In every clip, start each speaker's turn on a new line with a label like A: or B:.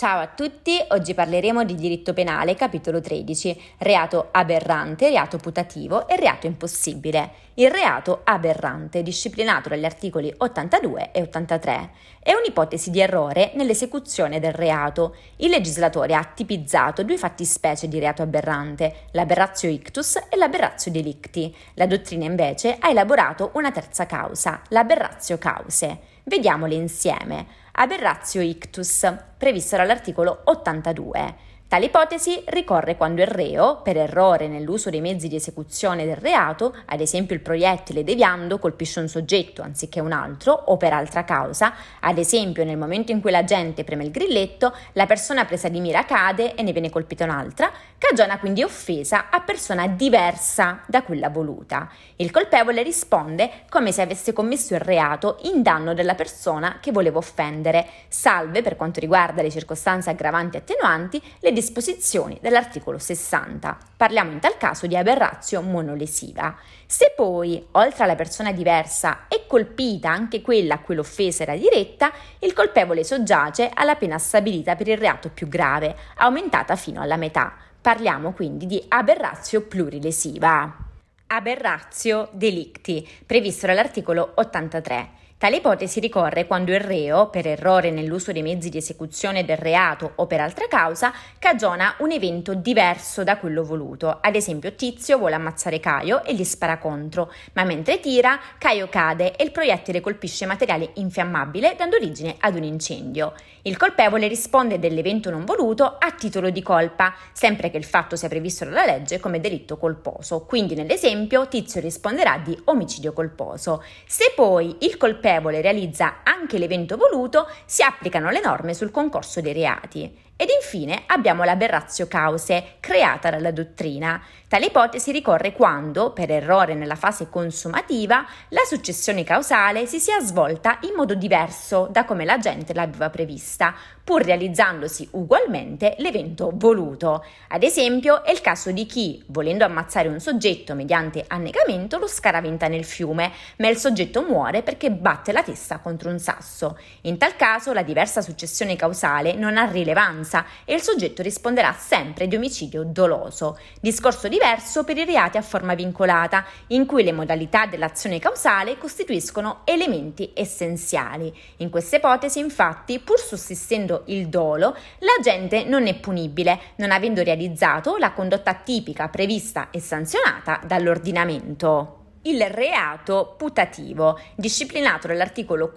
A: Ciao a tutti, oggi parleremo di diritto penale, capitolo 13, reato aberrante, reato putativo e reato impossibile. Il reato aberrante, disciplinato dagli articoli 82 e 83, è un'ipotesi di errore nell'esecuzione del reato. Il legislatore ha tipizzato due fattispecie di reato aberrante, l'aberratio ictus e l'aberratio delicti. La dottrina invece ha elaborato una terza causa, l'aberratio cause. Vediamole insieme. Aberratio ictus, previsto dall'articolo 82. Tale ipotesi ricorre quando il reo, per errore nell'uso dei mezzi di esecuzione del reato, ad esempio il proiettile deviando colpisce un soggetto anziché un altro, o per altra causa, ad esempio nel momento in cui l'agente preme il grilletto, la persona presa di mira cade e ne viene colpita un'altra, cagiona quindi offesa a persona diversa da quella voluta. Il colpevole risponde come se avesse commesso il reato in danno della persona che voleva offendere, salve, per quanto riguarda le circostanze aggravanti e attenuanti, le disposizioni dell'articolo 60. Parliamo in tal caso di aberratio monolesiva. Se poi, oltre alla persona diversa, è colpita anche quella a cui l'offesa era diretta, il colpevole soggiace alla pena stabilita per il reato più grave, aumentata fino alla metà. Parliamo quindi di aberratio plurilesiva. Aberratio delicti, previsto dall'articolo 83. Tale ipotesi ricorre quando il reo, per errore nell'uso dei mezzi di esecuzione del reato o per altra causa, cagiona un evento diverso da quello voluto. Ad esempio, Tizio vuole ammazzare Caio e gli spara contro, ma mentre tira, Caio cade e il proiettile colpisce materiale infiammabile, dando origine ad un incendio. Il colpevole risponde dell'evento non voluto a titolo di colpa, sempre che il fatto sia previsto dalla legge come delitto colposo. Quindi, nell'esempio, Tizio risponderà di omicidio colposo. Se poi il colpevole realizza anche l'evento voluto, si applicano le norme sul concorso dei reati. Ed infine abbiamo l'aberratio cause, creata dalla dottrina. Tale ipotesi ricorre quando, per errore nella fase consumativa, la successione causale si sia svolta in modo diverso da come l'agente l'aveva prevista, pur realizzandosi ugualmente l'evento voluto. Ad esempio, è il caso di chi, volendo ammazzare un soggetto mediante annegamento, lo scaraventa nel fiume, ma il soggetto muore perché batte la testa contro un sasso. In tal caso, la diversa successione causale non ha rilevanza e il soggetto risponderà sempre di omicidio doloso. Discorso diverso per i reati a forma vincolata, in cui le modalità dell'azione causale costituiscono elementi essenziali. In questa ipotesi, infatti, pur sussistendo il dolo, l'agente non è punibile, non avendo realizzato la condotta tipica prevista e sanzionata dall'ordinamento. Il reato putativo, disciplinato dall'articolo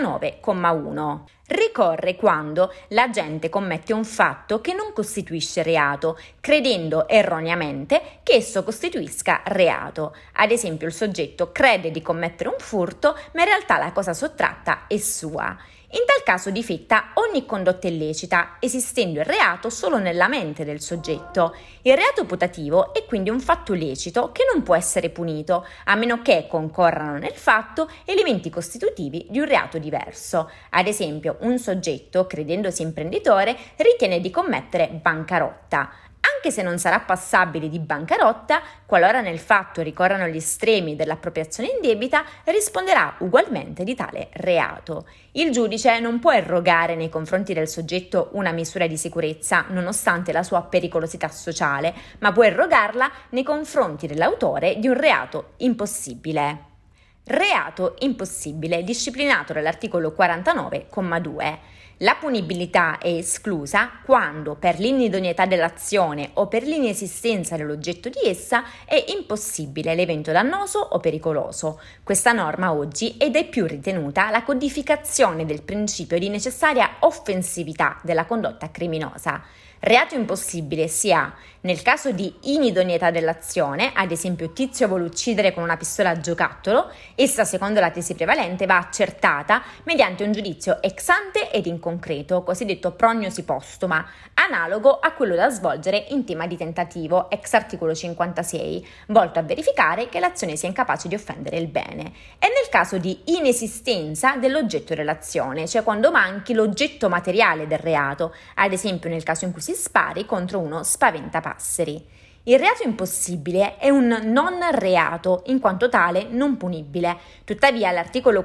A: 49,1. Ricorre quando l'agente commette un fatto che non costituisce reato, credendo erroneamente che esso costituisca reato. Ad esempio, il soggetto crede di commettere un furto, ma in realtà la cosa sottratta è sua. In tal caso difetta ogni condotta illecita, esistendo il reato solo nella mente del soggetto. Il reato putativo è quindi un fatto lecito che non può essere punito, a meno che concorrano nel fatto elementi costitutivi di un reato diverso. Ad esempio, un soggetto, credendosi imprenditore, ritiene di commettere bancarotta. Anche se non sarà passabile di bancarotta, qualora nel fatto ricorrano gli estremi dell'appropriazione indebita, risponderà ugualmente di tale reato. Il giudice non può erogare nei confronti del soggetto una misura di sicurezza, nonostante la sua pericolosità sociale, ma può erogarla nei confronti dell'autore di un reato impossibile. Reato impossibile, disciplinato dall'articolo 49,2. La punibilità è esclusa quando, per l'inidoneità dell'azione o per l'inesistenza dell'oggetto di essa, è impossibile l'evento dannoso o pericoloso. Questa norma oggi è dai più ritenuta la codificazione del principio di necessaria offensività della condotta criminosa. Reato impossibile si ha nel caso di inidoneità dell'azione, ad esempio Tizio vuole uccidere con una pistola a giocattolo, essa secondo la tesi prevalente va accertata mediante un giudizio ex ante ed in concreto, cosiddetto prognosi postuma, analogo a quello da svolgere in tema di tentativo, ex articolo 56, volto a verificare che l'azione sia incapace di offendere il bene. E nel caso di inesistenza dell'oggetto dell'azione, cioè quando manchi l'oggetto materiale del reato, ad esempio nel caso in cui si spari contro uno spaventapasseri. Il reato impossibile è un non reato, in quanto tale non punibile. Tuttavia, l'articolo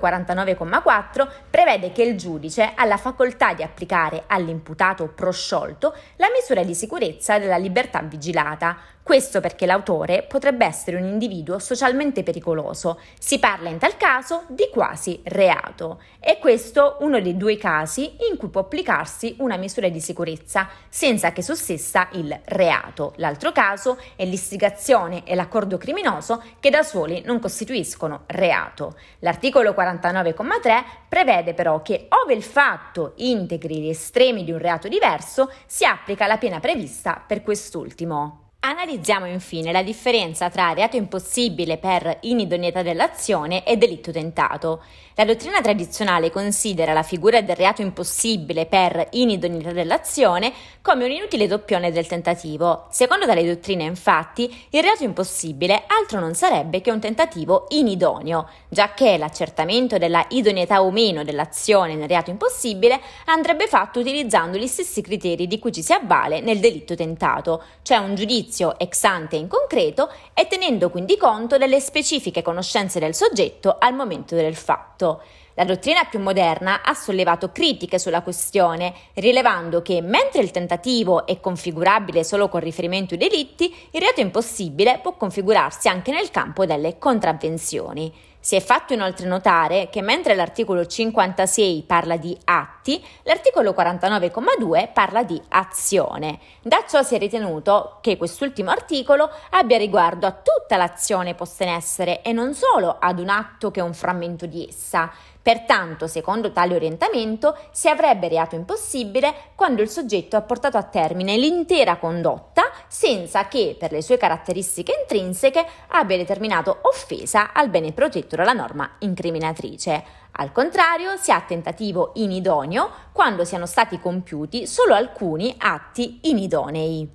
A: 49,4 prevede che il giudice ha la facoltà di applicare all'imputato prosciolto la misura di sicurezza della libertà vigilata. Questo perché l'autore potrebbe essere un individuo socialmente pericoloso. Si parla in tal caso di quasi reato. È questo uno dei due casi in cui può applicarsi una misura di sicurezza senza che sussista il reato. L'altro caso è l'istigazione e l'accordo criminoso che da soli non costituiscono reato. L'articolo 49,3 prevede però che, ove il fatto integri gli estremi di un reato diverso, si applica la pena prevista per quest'ultimo. Analizziamo infine la differenza tra reato impossibile per inidoneità dell'azione e delitto tentato. La dottrina tradizionale considera la figura del reato impossibile per inidoneità dell'azione come un inutile doppione del tentativo. Secondo tale dottrina, infatti, il reato impossibile altro non sarebbe che un tentativo inidoneo, giacché l'accertamento della idoneità o meno dell'azione nel reato impossibile andrebbe fatto utilizzando gli stessi criteri di cui ci si avvale nel delitto tentato, cioè un giudizio ex ante in concreto e tenendo quindi conto delle specifiche conoscenze del soggetto al momento del fatto. La dottrina più moderna ha sollevato critiche sulla questione, rilevando che mentre il tentativo è configurabile solo con riferimento ai delitti, il reato impossibile può configurarsi anche nel campo delle contravvenzioni. Si è fatto inoltre notare che mentre l'articolo 56 parla di atti, l'articolo 49,2 parla di azione. Da ciò si è ritenuto che quest'ultimo articolo abbia riguardo a tutta l'azione posta in essere e non solo ad un atto che è un frammento di essa. Pertanto, secondo tale orientamento, si avrebbe reato impossibile quando il soggetto ha portato a termine l'intera condotta senza che, per le sue caratteristiche intrinseche, abbia determinato offesa al bene protetto dalla norma incriminatrice. Al contrario, si ha tentativo inidoneo quando siano stati compiuti solo alcuni atti inidonei.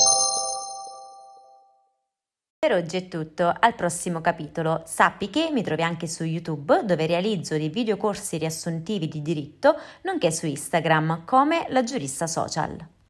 A: Per oggi è tutto, al prossimo capitolo. Sappi che mi trovi anche su YouTube, dove realizzo dei videocorsi riassuntivi di diritto, nonché su Instagram come La Giurista Social.